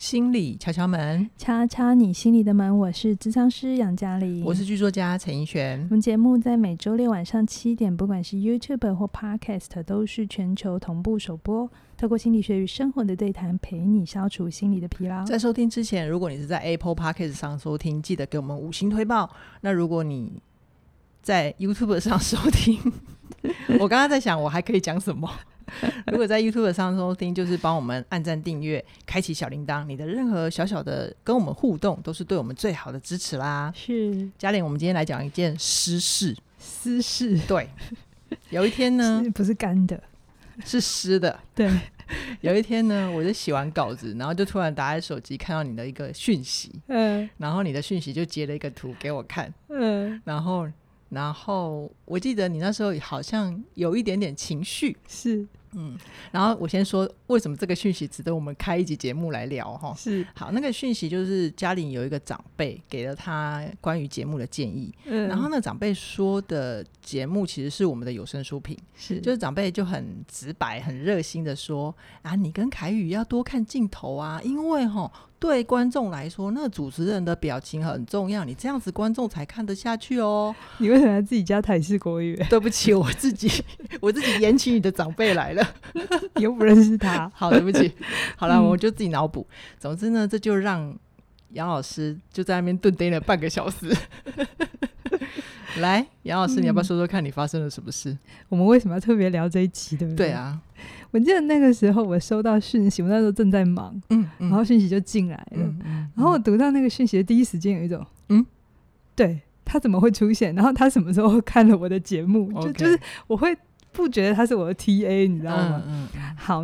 心理敲敲门， 敲敲你心里的门。我是諮商师杨嘉玲， 我是剧作家陈奕璇。 我们节目在每周六晚上7点，不管是 YouTube 或 Podcast 都是全球同步首播，透过心理学与生活的对谈，陪你消除心理的疲劳。 在收听之前，如果你是在 Apple Podcast 上收听，记得给我们5星推爆。那如果你在 YouTube 上收听我刚刚在想我还可以讲什么如果在 YouTube 上收听，就是帮我们按赞订阅，开启小铃铛，你的任何小小的跟我们互动都是对我们最好的支持啦。 是嘉玲，我们今天来讲一件私事。 私事？ 对，有一天呢不是干的， 是湿的。 对， 有一天呢，我就写完稿子，然后就突然打开手机看到你的一个讯息，然后你的讯息就截了一个图给我看，然后我记得你那时候好像有一点点情绪， 是， 然后我先说为什么这个讯息值得我们开一集节目来聊齁。 是， 好，那个讯息就是嘉玲有一个长辈给了他关于节目的建议，然后那长辈说的节目其实是我们的有声书评，就是长辈就很直白很热心的说啊，你跟凯宇要多看镜头啊，因为对观众来说那个主持人的表情很重要，你这样子观众才看得下去哦。 你为什么要自己加台式国语？ 对不起，我自己演起你的长辈来了你又不认识他好，对不起。好了，我就自己脑补。总之呢，这就让杨老师就在那边顿呆了半个小时来，杨老师，你要不要说说看你发生了什么事？ 我们为什么要特别聊这一期，对不对？ 对啊， 我记得那个时候我收到讯息，我那时候正在忙，然后讯息就进来了，然后我读到那个讯息的第一时间有一种对，他怎么会出现，然后他什么时候看了我的节目，就是我会不觉得他是我的 TA， 你知道吗？好，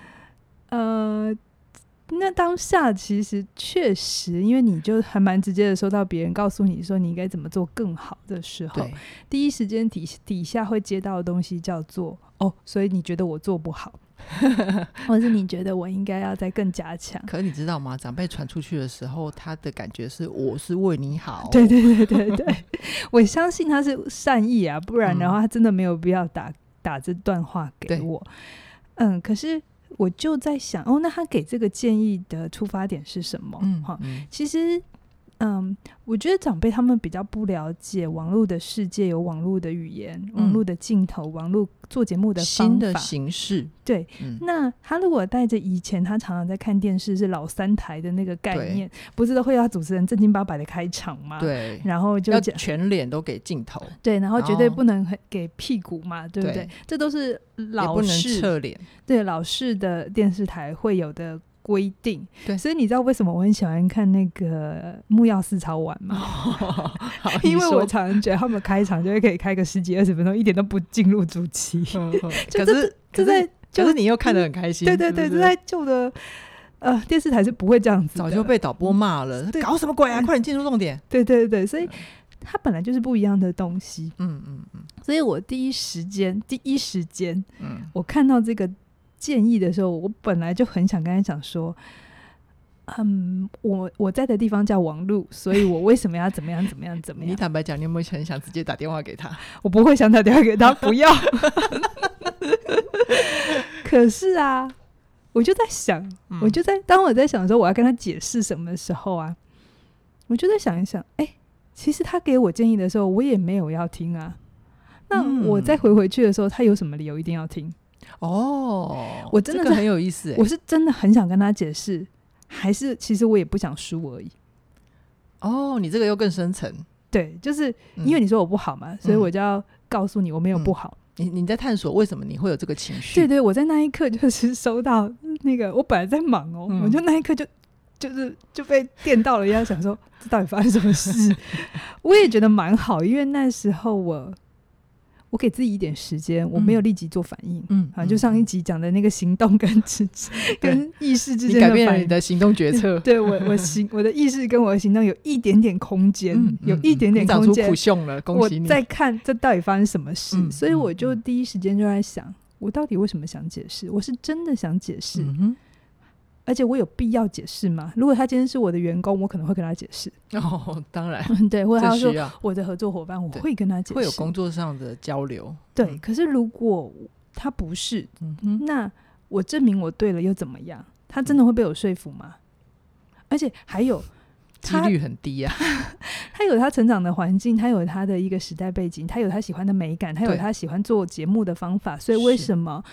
那当下其实确实，因为你就还蛮直接的收到别人告诉你说你应该怎么做更好的时候，第一时间底下会接到的东西叫做所以你觉得我做不好或是你觉得我应该要再更加强。 可是你知道吗，长辈传出去的时候他的感觉是我是为你好， 对对对对对我相信他是善意啊，不然的话他真的没有必要打这段话给我。可是我就在想那他给这个建议的出发点是什么？其实我觉得长辈他们比较不了解网络的世界，有网络的语言，网络的镜头，网络做节目的方法， 新的形式。 对，那他如果带着以前他常常在看电视是老3台的那个概念，不是都会要主持人正经八百的开场吗？对，然后就要全脸都给镜头， 对，然后绝对不能给屁股嘛，对不对？这都是老式， 也不能侧脸，对， 老式的电视台会有的规定。对，所以你知道为什么我很喜欢看那个木曜4超玩吗？因为我常常觉得他们开场就会可以开个10几20分钟，一点都不进入主题可是你又看得很开心。 对对对，这在旧的电视台是不会这样子的， 早就被导播骂了，搞什么鬼啊，快点进入重点。 对对对，所以它本来就是不一样的东西。所以我第一时间我看到这个建议的时候，我本来就很想跟他讲说我在的地方叫网路，所以我为什么要怎么样怎么样怎么样。 你坦白讲，你有没有很想直接打电话给他？ 我不会想打电话给他，不要可是啊，我就在想，当我在想的时候我要跟他解释什么的时候啊，我就在想一想，其实他给我建议的时候我也没有要听啊，那我再回去的时候他有什么理由一定要听？我真的这个很有意思。 我是真的很想跟他解释，还是其实我也不想输而已？ 你这个又更深层。 对，就是因为你说我不好嘛，所以我就要告诉你我没有不好。 你在探索为什么你会有这个情绪。 对对，我在那一刻就是收到那个，我本来在忙我就那一刻就被电到了一样，想说这到底发生什么事我也觉得蛮好，因为那时候我给自己一点时间，我没有立即做反应。就上一集讲的那个行动跟意识之间的反应，你改变了你的行动决策。 对，我的意识跟我的行动有一点点空间，有一点点空间， 你长出苦胸了，恭喜你。 我在看这到底发生什么事，所以我就第一时间就在想，我到底为什么想解释？我是真的想解释，而且我有必要解释吗？如果他今天是我的员工，我可能会跟他解释。 当然对，或者他说我的合作伙伴，我会跟他解释， 会有工作上的交流。 对，可是如果他不是，那我证明我对了又怎么样？他真的会被我说服吗？ 而且还有几率很低啊。 他有他成长的环境，他有他的一个时代背景，他有他喜欢的美感，他有他喜欢做节目的方法，所以为什么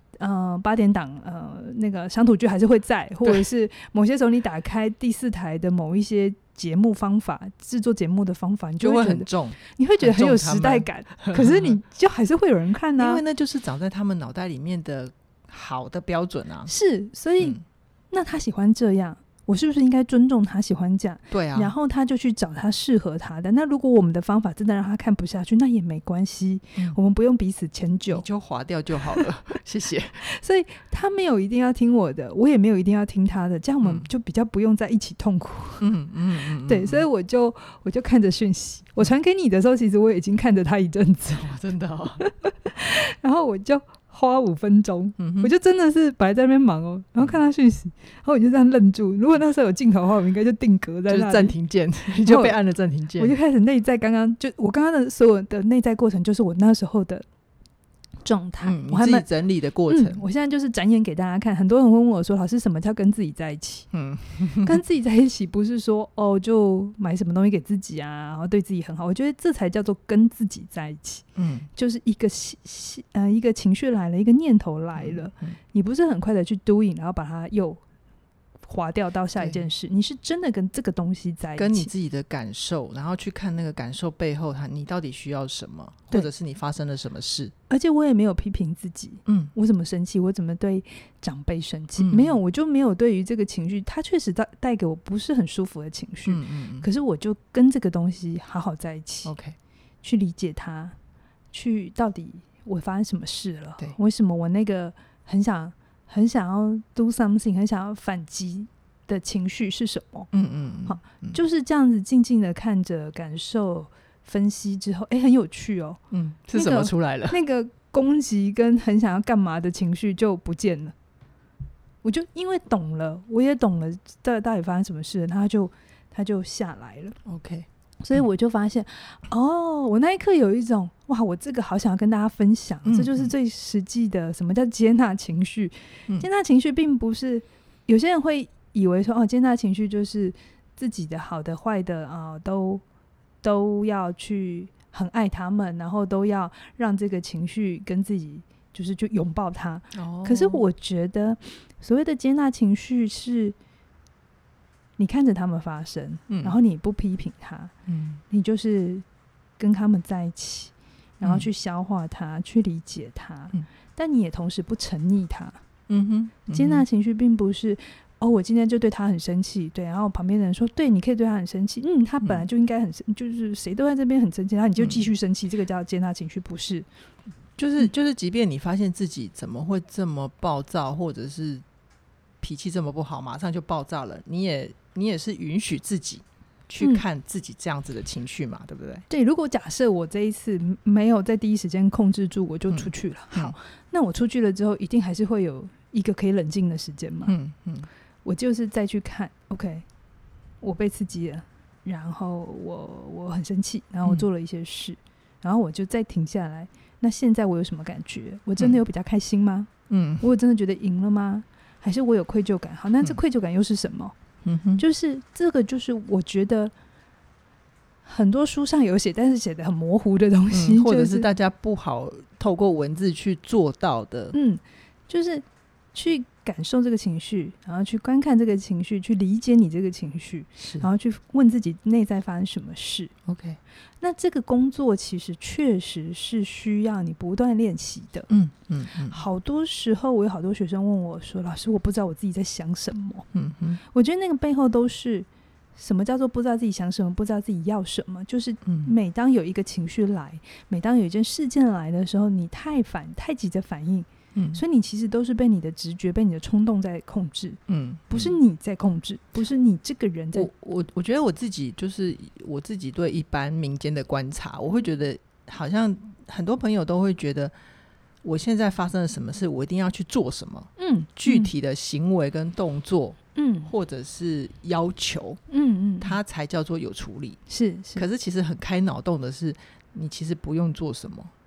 8点档那个乡土剧还是会在，或者是某些时候你打开第4台的某一些节目方法，制作节目的方法，你就会很重， 你会觉得很有时代感，可是你就还是会有人看啊， 因为那就是长在他们脑袋里面的好的标准啊。 是，所以、那他喜欢这样，我是不是应该尊重他喜欢这样？ 对啊， 然后他就去找他适合他的。那如果我们的方法真的让他看不下去，那也没关系，我们不用彼此迁就， 你就划掉就好了。谢谢。 所以他没有一定要听我的，我也没有一定要听他的，这样我们就比较不用在一起痛苦。对，所以我就看着讯息，我传给你的时候，其实我已经看着他一阵子了， 真的哦。 然后我就花5分钟，我就真的是本来在那边忙哦，然后看他讯息，然后我就这样愣住。如果那时候有镜头的话，我应该就定格在那里， 就是暂停键，你就被按了暂停键。 我就开始内在，我刚刚的所有的内在过程，就是我那时候的状态， 我还没整理的过程。 我现在就是展演给大家看。很多人会问我说：“老师，什么叫跟自己在一起？”跟自己在一起不是说就买什么东西给自己啊，然后对自己很好。我觉得这才叫做跟自己在一起。就是一个情绪来了，一个念头来了，你不是很快的去 doing， 然后把它又划掉到下一件事，你是真的跟这个东西在一起， 跟你自己的感受，然后去看那个感受背后你到底需要什么，或者是你发生了什么事。 而且我也没有批评自己，我怎么生气，我怎么对长辈生气，没有，我就没有对于这个情绪，它确实带给我不是很舒服的情绪，可是我就跟这个东西好好在一起， OK， 去理解它，去到底我发生什么事了， 对， 为什么我那个很想要 do something， 很想要反击的情绪是什么？好，就是这样子静静的看着、感受、分析之后，很有趣哦。 是什么出来了？ 那个攻击跟很想要干嘛的情绪就不见了。我就因为懂了，我也懂了到底发生什么事了，他就下来了。 OK。 所以我就发现，我那一刻有一种哇，我这个好想要跟大家分享，这就是最实际的什么叫接纳情绪。接纳情绪并不是有些人会以为说接纳情绪就是自己的好的坏的都要去很爱他们，然后都要让这个情绪跟自己就拥抱它。可是我觉得所谓的接纳情绪是你看着他们发生，然后你不批评他，你就是跟他们在一起，然后去消化它，去理解它，但你也同时不沉溺它。接纳情绪并不是我今天就对他很生气，对，然后旁边的人说对，你可以对他很生气，他本来就应该很生，就是谁都在这边很生气，然后你就继续生气，这个叫接纳情绪，不是？ 就是即便你发现自己怎么会这么暴躁，或者是脾气这么不好，马上就爆炸了，你也是允许自己去看自己这样子的情绪嘛，对不对？ 对，如果假设我这一次没有在第一时间控制住，我就出去了，好，那我出去了之后一定还是会有一个可以冷静的时间嘛，我就是再去看 OK， 我被刺激了，然后我很生气，然后我做了一些事，然后我就再停下来，那现在我有什么感觉？我真的有比较开心吗？我有真的觉得赢了吗？还是我有愧疚感？好，那这愧疚感又是什么？就是这个，就是我觉得很多书上有写，但是写的很模糊的东西， 或者是大家不好透过文字去做到的。 就是去感受这个情绪，然后去观看这个情绪，去理解你这个情绪，然后去问自己内在发生什么事。 OK， 那这个工作其实确实是需要你不断练习的。好多时候我有好多学生问我说：“老师，我不知道我自己在想什么。”我觉得那个背后都是什么叫做不知道自己想什么，不知道自己要什么。就是每当有一个情绪来，每当有一件事件来的时候，你太急着反应。所以你其实都是被你的直觉、被你的冲动在控制，不是你在控制，不是你这个人在。 我觉得我自己对一般民间的观察，我会觉得好像很多朋友都会觉得，我现在发生了什么事，我一定要去做什么，具体的行为跟动作，或者是要求，它才叫做有处理。 是， 可是其实很开脑洞的是，你其实不用做什么。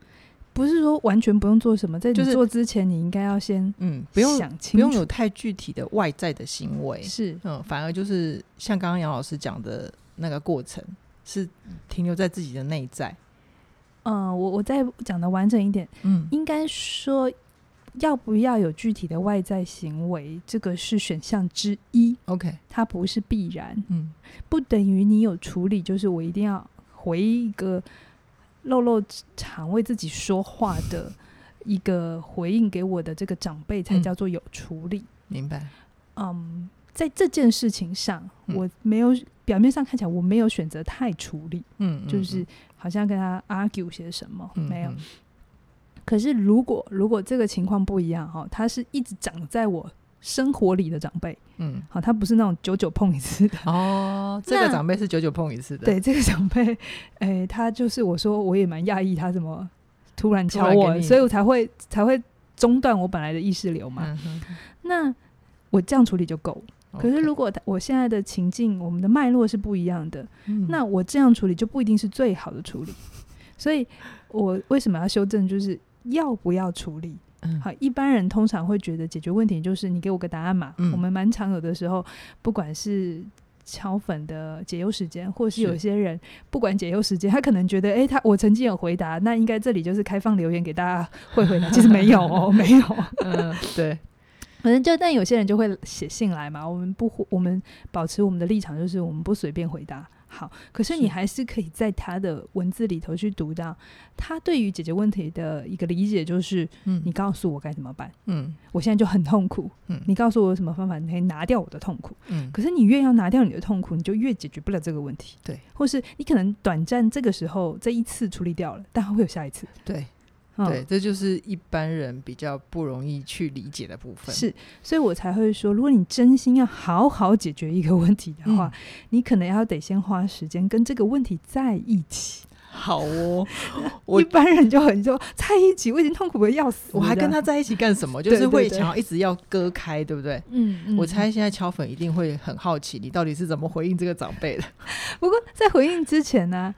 不是说完全不用做什么，在你做之前你应该要先想清楚， 不用有太具体的外在的行为， 是反而就是像刚刚杨老师讲的那个过程是停留在自己的内在。 我再讲的完整一点，应该说要不要有具体的外在行为，这个是选项之一 OK， 它不是必然，不等于你有处理就是我一定要回一个露露场为自己说话的一个回应给我的这个长辈才叫做有处理。 明白。 在这件事情上，我没有表面上看起来我没有选择太处理，就是好像跟他 argue 些什么，没有。可是如果这个情况不一样，他是一直长在我生活里的长辈，好，他不是那种久久碰一次的。 这个长辈是久久碰一次的。 对，这个长辈，他就是我说我也蛮讶异，他怎么突然敲我，所以我才会中断我本来的意识流嘛。那我这样处理就够。可是如果我现在的情境，我们的脉络是不一样的，那我这样处理就不一定是最好的处理。所以我为什么要修正，就是要不要处理。好，一般人通常会觉得解决问题就是你给我个答案嘛。我们蛮常有的时候，不管是敲粉的解忧时间，或是有些人不管解忧时间，他可能觉得我曾经有回答，那应该这里就是开放留言给大家会回答，其实没有没有。 对， 反正但有些人就会写信来嘛，我们保持我们的立场，就是我们不随便回答。好，可是你还是可以在他的文字里头去读到他对于解决问题的一个理解，就是你告诉我该怎么办，我现在就很痛苦，你告诉我有什么方法你可以拿掉我的痛苦，可是你越要拿掉你的痛苦，你就越解决不了这个问题。对，或是你可能短暂这个时候这一次处理掉了，但会有下一次。对，这就是一般人比较不容易去理解的部分。是，所以我才会说，如果你真心要好好解决一个问题的话，你可能得先花时间跟这个问题在一起。好哦，一般人就很说在一起，我已经痛苦的要死，我还跟他在一起干什么？就是会想要一直要割开，对不对？我猜现在敲粉一定会很好奇，你到底是怎么回应这个长辈的。不过在回应之前呢，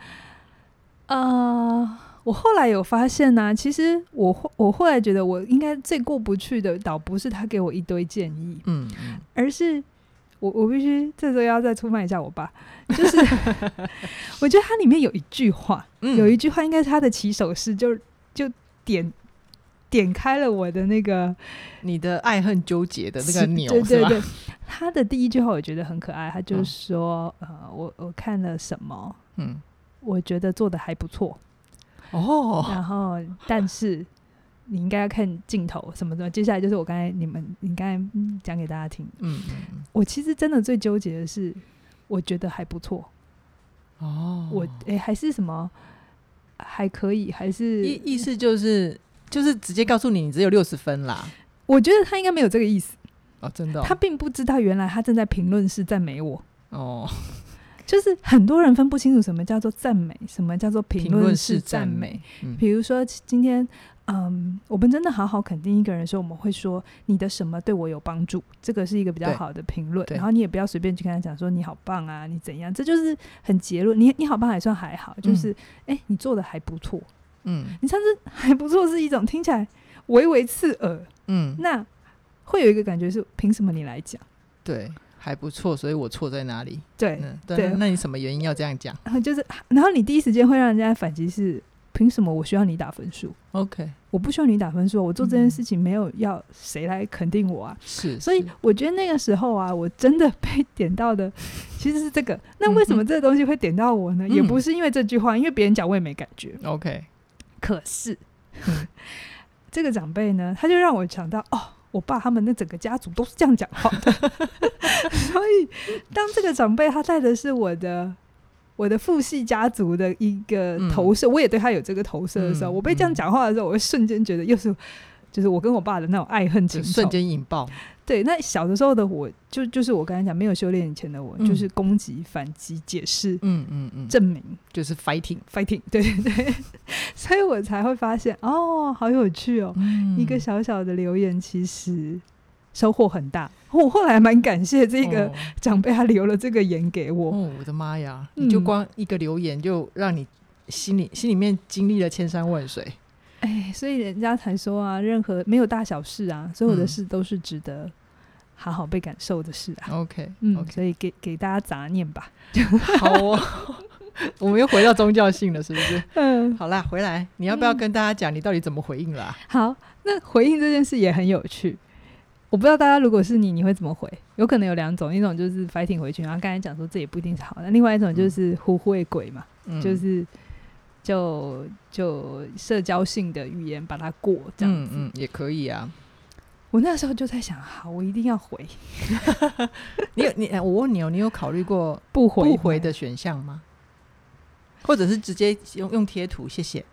我后来有发现啊，其实我后来觉得我应该最过不去的倒不是他给我一堆建议，而是我必须这时候要再出卖一下我爸，就是我觉得它里面有一句话，有一句话应该是他的起手式，就点开了我的那个你的爱恨纠结的那个钮，对对对。他的第一句话我觉得很可爱，他就说我看了什么，我觉得做的还不错。然后但是你应该要看镜头什么什么，接下来就是你刚才讲给大家听。我其实真的最纠结的是，我觉得还不错。我还是什么还可以，还是意思就是直接告诉你只有60分啦。我觉得他应该没有这个意思。真的他并不知道原来他正在评论是赞美我。就是很多人分不清楚什么叫做赞美，什么叫做评论式赞美。比如说今天我们真的好好肯定一个人的时候，我们会说你的什么对我有帮助，这个是一个比较好的评论。然后你也不要随便去跟他讲说你好棒啊，你怎样，这就是很结论。你好棒还算还好，就是你做的还不错。你上次还不错是一种听起来微微刺耳，那会有一个感觉是凭什么你来讲？对，还不错，所以我错在哪里？对，那你什么原因要这样讲？然后你第一时间会让人家反击是凭什么我需要你打分数 ？OK， 我不需要你打分数，我做这件事情没有要谁来肯定我啊。所以我觉得那个时候啊，我真的被点到的其实是这个。那为什么这个东西会点到我呢？也不是因为这句话，因为别人讲我也没感觉。OK， 可是这个长辈呢，他就让我想到我爸他们那整个家族都是这样讲话的所以当这个长辈他带的是我的父系家族的一个投射，我也对他有这个投射的时候，我被这样讲话的时候，我会瞬间觉得又是就是我跟我爸的那种爱恨情仇瞬间引爆。对，那小的时候的我就是我刚才讲没有修炼以前的我，就是攻击、反击、解释、证明，就是 fighting， 对对对所以我才会发现好有趣哦，一个小小的留言其实收获很大。我后来蛮感谢这个长辈，他留了这个言给我。我的妈呀，你就光一个留言就让你心里面经历了千山万水。 所以人家才说啊，任何没有大小事啊，所有的事都是值得好好被感受的事啊。 OK， 所以给大家杂念吧。 好哦，我们又回到宗教性了，是不是？好啦，回来，你要不要跟大家讲你到底怎么回应啦？ 好，那回应这件事也很有趣。我不知道大家如果是你会怎么回？有可能有2种，一种就是 fighting 回去，然后刚才讲说这也不一定是好的；另外一种就是胡会鬼嘛，就是就社交性的语言把它过这样子， 也可以啊。 我那时候就在想，好，我一定要回。 我问你哦，你有考虑过不回的选项吗？或者是直接用贴图？谢谢。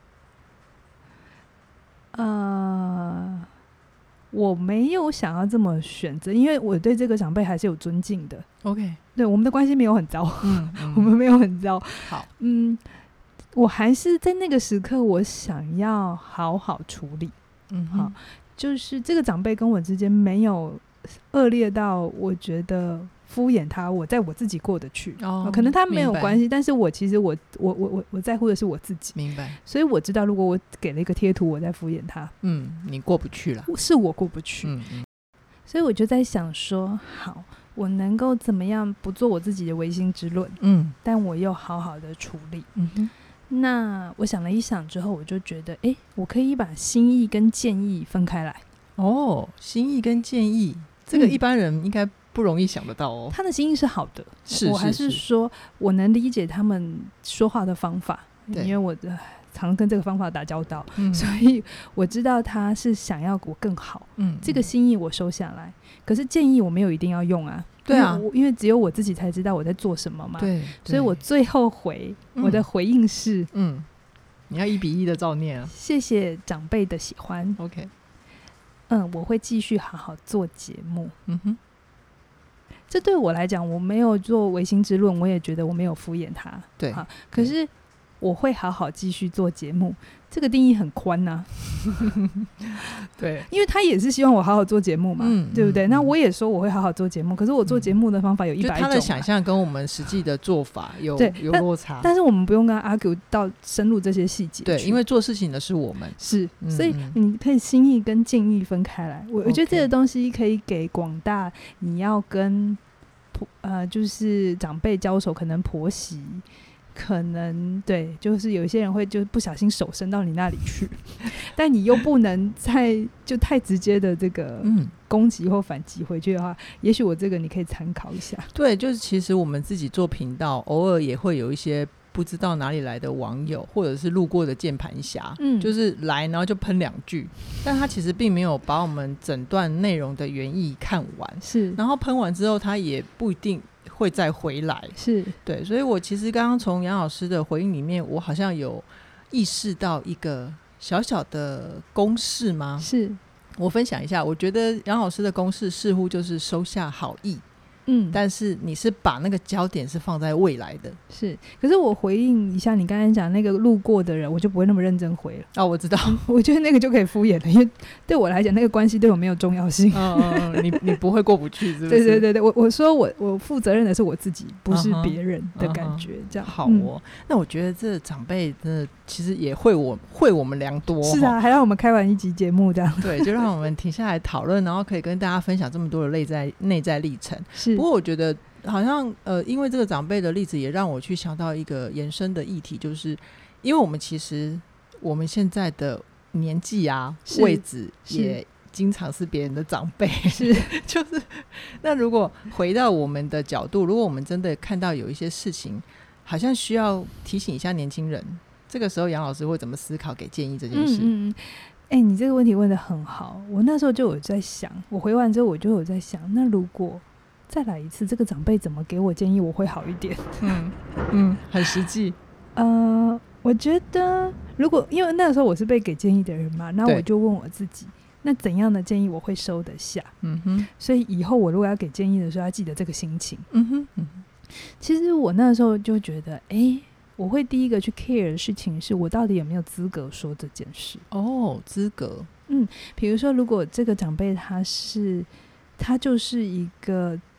我没有想要这么选择，因为我对这个长辈还是有尊敬的。 OK， 对，我们的关系没有很糟，我们没有很糟。 好， 我还是在那个时刻，我想要好好处理。好，就是这个长辈跟我之间没有恶劣到我觉得敷衍他，我在我自己过得去。可能他没有关系，但是其实我在乎的是我自己。 明白。 所以我知道，如果我给了一个贴图，我在敷衍他， 你过不去了， 是我过不去。所以我就在想说，好，我能够怎么样不做我自己的唯心之论，但我又好好的处理。那我想了一想之后，我就觉得，我可以把心意跟建议分开来。 心意跟建议，这个一般人应该不容易想得到哦。 他的心意是好的， 是我还是说我能理解他们说话的方法，因为我常跟这个方法打交道，所以我知道他是想要我更好。这个心意我收下来，可是建议我没有一定要用啊。对啊，因为只有我自己才知道我在做什么嘛。对，所以我最后我的回应是， 你要1比1的照念啊。 谢谢长辈的喜欢。 OK， 我会继续好好做节目。这对我来讲，我没有做唯心之论，我也觉得我没有敷衍他。对，可是我会好好继续做节目，这个定义很宽啊。对，因为他也是希望我好好做节目嘛，对不对？那我也说我会好好做节目，可是我做节目的方法有100种， 他的想象跟我们实际的做法有落差。 但是我们不用跟他 argue 到深入这些细节， 对，因为做事情的是我们， 是，所以你可以心意跟建议分开来。我觉得这个东西可以给广大你要跟就是长辈交手，可能婆媳。可能对，就是有一些人会就不小心手伸到你那里去，但你又不能就太直接的这个攻击或反击回去的话，也许我这个你可以参考一下。对， 就是其实我们自己做频道，偶尔也会有一些不知道哪里来的网友，或者是路过的键盘侠，就是来然后就喷2句，但他其实并没有把我们整段内容的原意看完，是，然后喷完之后他也不一定会再回来，是，对，所以我其实刚刚从杨老师的回应里面，我好像有意识到一个小小的公式吗？是，我分享一下，我觉得杨老师的公式似乎就是收下好意，但是你是把那个焦点是放在未来的。是，可是我回应一下你刚才讲那个路过的人，我就不会那么认真回了。我知道，我觉得那个就可以敷衍了，因为对我来讲那个关系对我没有重要性。你不会过不去是不是？对对对对，我说我负责任的是我自己，不是别人的感觉，这样。好哦，那我觉得这长辈真的其实也会我们良多。是啊，还让我们开完1集节目这样。对，就让我们停下来讨论，然后可以跟大家分享这么多的内在历程。是，不过我觉得好像因为这个长辈的例子也让我去想到一个延伸的议题，就是因为我们其实我们现在的年纪啊位置也经常是别人的长辈，是就是那如果回到我们的角度，如果我们真的看到有一些事情好像需要提醒一下年轻人，这个时候杨老师会怎么思考给建议这件事？你这个问题问得很好，我那时候就有在想，我回完之后我就有在想，那如果再来一次，这个长辈怎么给我建议我会好一点？很实际。我觉得如果因为那个时候我是被给建议的人嘛，那我就问我自己，那怎样的建议我会收得下？所以以后我如果要给建议的时候要记得这个心情。其实我那时候就觉得我会第一个去 care 的事情是我到底有没有资格说这件事。资格。比如说如果这个长辈他就是一个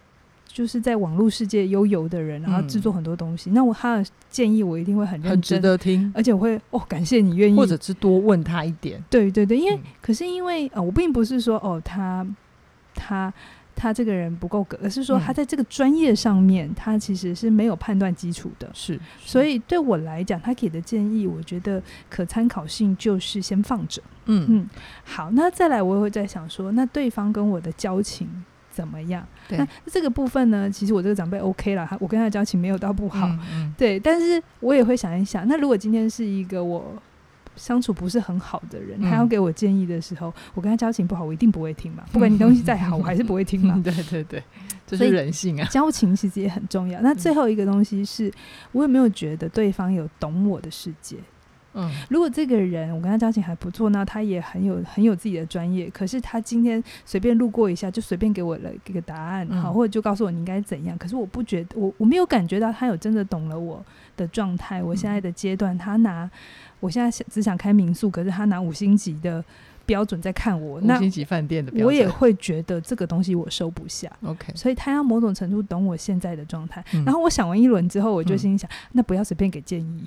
就是在网络世界悠游的人，然后制作很多东西，那他的建议我一定会很认真， 很值得听， 而且我会感谢你愿意， 或者是多问他一点。 对对对，因为、可是因为我并不是说他这个人不够格，而是说他在这个专业上面、他其实是没有判断基础的， 是， 所以对我来讲他给的建议我觉得可参考性就是先放着。好，那再来我也会在想说，那对方跟我的交情怎么样？那这个部分呢，其实我这个长辈 OK 啦，我跟他的交情没有到不好，对，但是我也会想一想，那如果今天是一个我相处不是很好的人，他要给我建议的时候，我跟他交情不好，我一定不会听嘛，不管你东西再好我还是不会听嘛。 对对对，这是人性啊， 交情其实也很重要。那最后一个东西是，我有没有觉得对方有懂我的世界？如果这个人我跟他交情还不错，那他也很有自己的专业，可是他今天随便路过一下就随便给我了一个答案，好，或者就告诉我你应该怎样，可是我不觉得我没有感觉到他有真的懂了我的状态，我现在的阶段，我现在只想开民宿，可是他拿5星级的标准在看我，5 星级饭店的标准， 我也会觉得这个东西我收不下。 OK， 所以他要某种程度懂我现在的状态，然后我想完一轮之后，我就心里想，那不要随便给建议。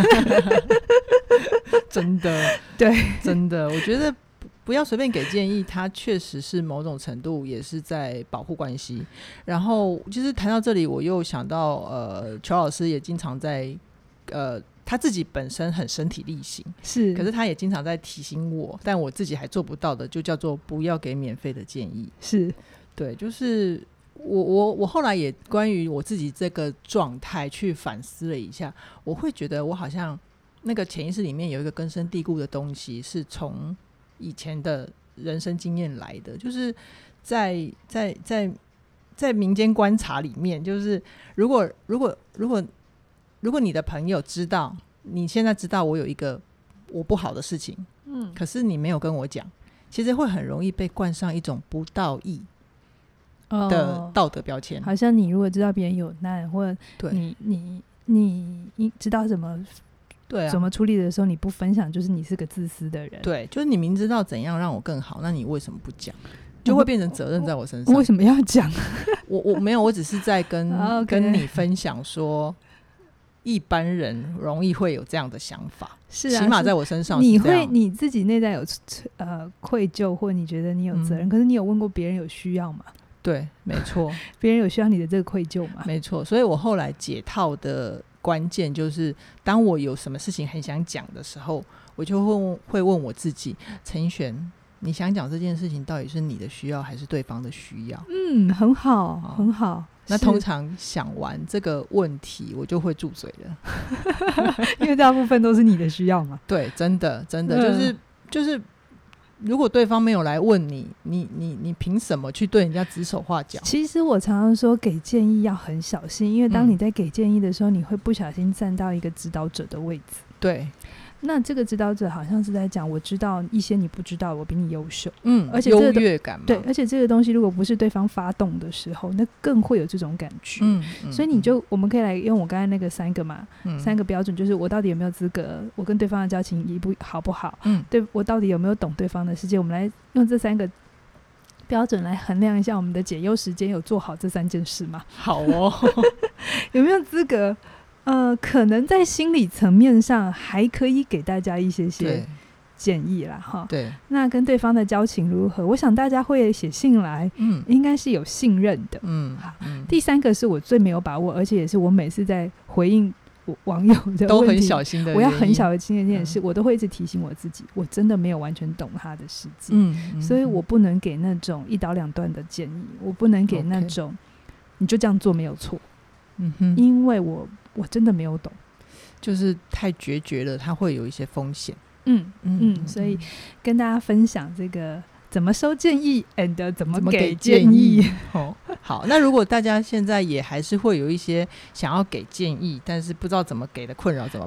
真的， 对， 真的，我觉得不要随便给建议，他确实是某种程度也是在保护关系。然后其实谈到这里，我又想到邱老师也经常在他自己本身很身体力行，可是他也经常在提醒我，但我自己还做不到的，就叫做不要给免费的建议。对，就是我后来也关于我自己这个状态去反思了一下，我会觉得我好像那个潜意识里面有一个根深蒂固的东西，是从以前的人生经验来的，就是在民间观察里面，就是如果你的朋友知道你现在知道我有一个我不好的事情，可是你没有跟我讲，其实会很容易被冠上一种不道义的道德标签， 好像你如果知道别人有难，或者你知道怎么处理的时候，你不分享就是你是个自私的人。 对，就是你明知道怎样让我更好，那你为什么不讲？就会变成责任在我身上。 为什么要讲？ 我没有，我只是在跟你分享说，一般人容易会有这样的想法，起码在我身上是这样。 你自己内在有愧疚，或你觉得你有责任，可是你有问过别人有需要吗？ 对，没错， 别人有需要你的这个愧疚吗？ 没错，所以我后来解套的关键就是，当我有什么事情很想讲的时候，我就会问我自己，陈奕璇，你想讲这件事情到底是你的需要还是对方的需要？ 很好，很好。 那通常想完这个问题我就会住嘴了因为大部分都是你的需要嘛。 对，真的就是如果对方没有来问你凭什么去对人家指手画脚？ 其实我常常说给建议要很小心，因为当你在给建议的时候，你会不小心站到一个指导者的位置。 对， 那这个指导者好像是在讲，我知道一些你不知道，我比你优秀。而且优越感嘛。 对，而且这个东西如果不是对方发动的时候，那更会有这种感觉。所以我们可以来用我刚才那个3个嘛，3个标准，就是我到底有没有资格，我跟对方的交情好不好，对，我到底有没有懂对方的世界，我们来用这3个标准来衡量一下我们的解忧时间有做好这3件事吗？ 好哦有没有资格？可能在心理层面上还可以给大家一些建议啦哈。 对， 那跟对方的交情如何？我想大家会写信来，应该是有信任的。第3个是我最没有把握，而且也是我每次在回应网友的问题都很小心的， 我要很小心的这件事，我都会一直提醒我自己，我真的没有完全懂他的世界，所以我不能给那种一刀两断的建议，我不能给那种你就这样做没有错，因为我真的没有懂， 就是太决绝了，它会有一些风险。 所以跟大家分享这个怎么收建议 and 怎么给建议。 好，那如果大家现在也还是会有一些想要给建议但是不知道怎么给的困扰怎么办？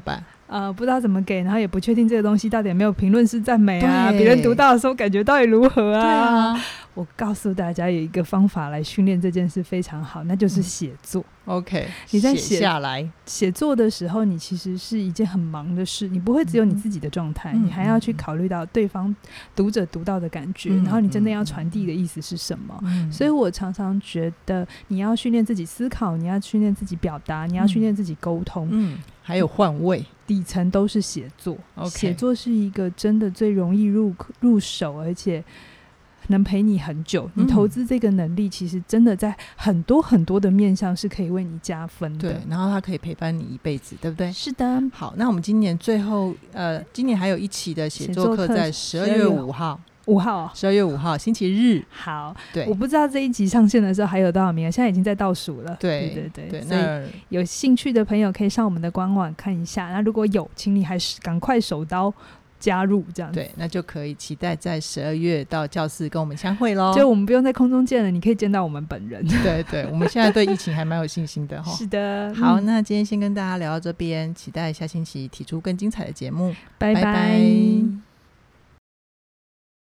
不知道怎么给，然后也不确定这个东西到底有没有评论是赞美啊，别人读到的时候感觉到底如何啊。 对啊， 我告诉大家有一个方法来训练这件事非常好，那就是写作。 OK， 你在写下来写作的时候，你其实是一件很忙的事，你不会只有你自己的状态，你还要去考虑到对方读者读到的感觉，然后你真的要传递的意思是什么。所以我常常觉得你要训练自己思考，你要训练自己表达，你要训练自己沟通， 还有换位， 底层都是写作。写作是一个真的最容易入手，而且能陪你很久。你投资这个能力，其实真的在很多很多的面向是可以为你加分的。 对，然后它可以陪伴你一辈子，对不对？ 是的。 好，那我们今年最后今年还有一期的写作课在12月5号。12月5号星期日。 好， 对， 我不知道这一集上线的时候还有多少名额，现在已经在倒数了。 对， 所以有兴趣的朋友可以上我们的官网看一下，那如果有，请你还是赶快手刀加入，这样子。 对，那就可以期待在12月到教室跟我们相会咯。 就我们不用在空中见了，你可以见到我们本人。 对，我们现在对疫情还蛮有信心的。 是的。 好，那今天先跟大家聊到这边，期待下星期提出更精彩的节目。 拜拜。